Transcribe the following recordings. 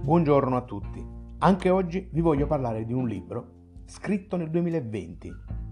Buongiorno a tutti. Anche oggi vi voglio parlare di un libro scritto nel 2020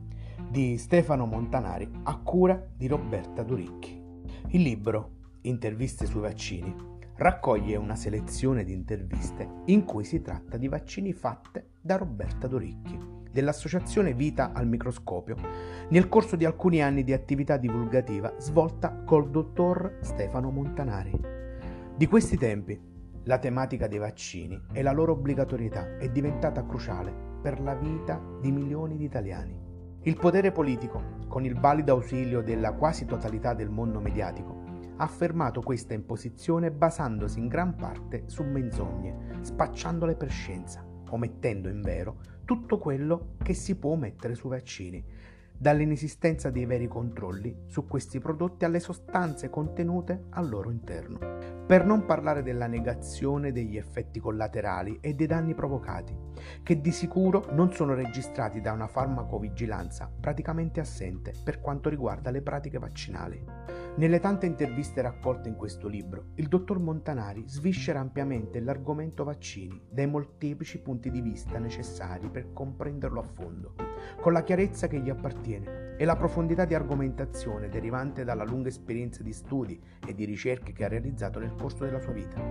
di Stefano Montanari a cura di Roberta Doricchi. Il libro, Interviste sui vaccini, raccoglie una selezione di interviste in cui si tratta di vaccini fatte da Roberta Doricchi, dell'associazione Vita al Microscopio, nel corso di alcuni anni di attività divulgativa svolta col dottor Stefano Montanari. Di questi tempi, la tematica dei vaccini e la loro obbligatorietà è diventata cruciale per la vita di milioni di italiani. Il potere politico, con il valido ausilio della quasi totalità del mondo mediatico, ha affermato questa imposizione basandosi in gran parte su menzogne, spacciandole per scienza, omettendo invero tutto quello che si può omettere sui vaccini, dall'inesistenza dei veri controlli su questi prodotti alle sostanze contenute al loro interno. Per non parlare della negazione degli effetti collaterali e dei danni provocati, che di sicuro non sono registrati da una farmacovigilanza praticamente assente per quanto riguarda le pratiche vaccinali. Nelle tante interviste raccolte in questo libro, il dottor Montanari sviscera ampiamente l'argomento vaccini dai molteplici punti di vista necessari per comprenderlo a fondo, con la chiarezza che gli appartiene e la profondità di argomentazione derivante dalla lunga esperienza di studi e di ricerche che ha realizzato nel corso della sua vita.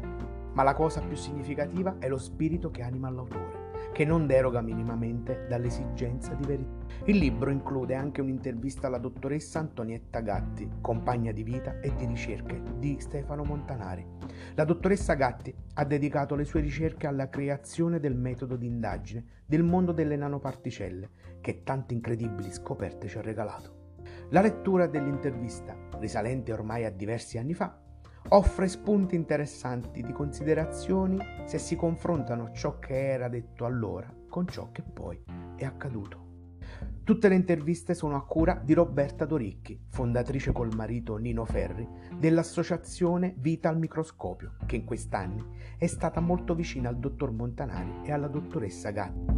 Ma la cosa più significativa è lo spirito che anima l'autore, che non deroga minimamente dall'esigenza di verità. Il libro include anche un'intervista alla dottoressa Antonietta Gatti, compagna di vita e di ricerche di Stefano Montanari. La dottoressa Gatti ha dedicato le sue ricerche alla creazione del metodo di indagine del mondo delle nanoparticelle, che tante incredibili scoperte ci ha regalato. La lettura dell'intervista, risalente ormai a diversi anni fa, offre spunti interessanti di considerazioni se si confrontano ciò che era detto allora con ciò che poi è accaduto. Tutte le interviste sono a cura di Roberta Doricchi, fondatrice col marito Nino Ferri dell'associazione Vita al Microscopio, che in quest'anni è stata molto vicina al dottor Montanari e alla dottoressa Gatti.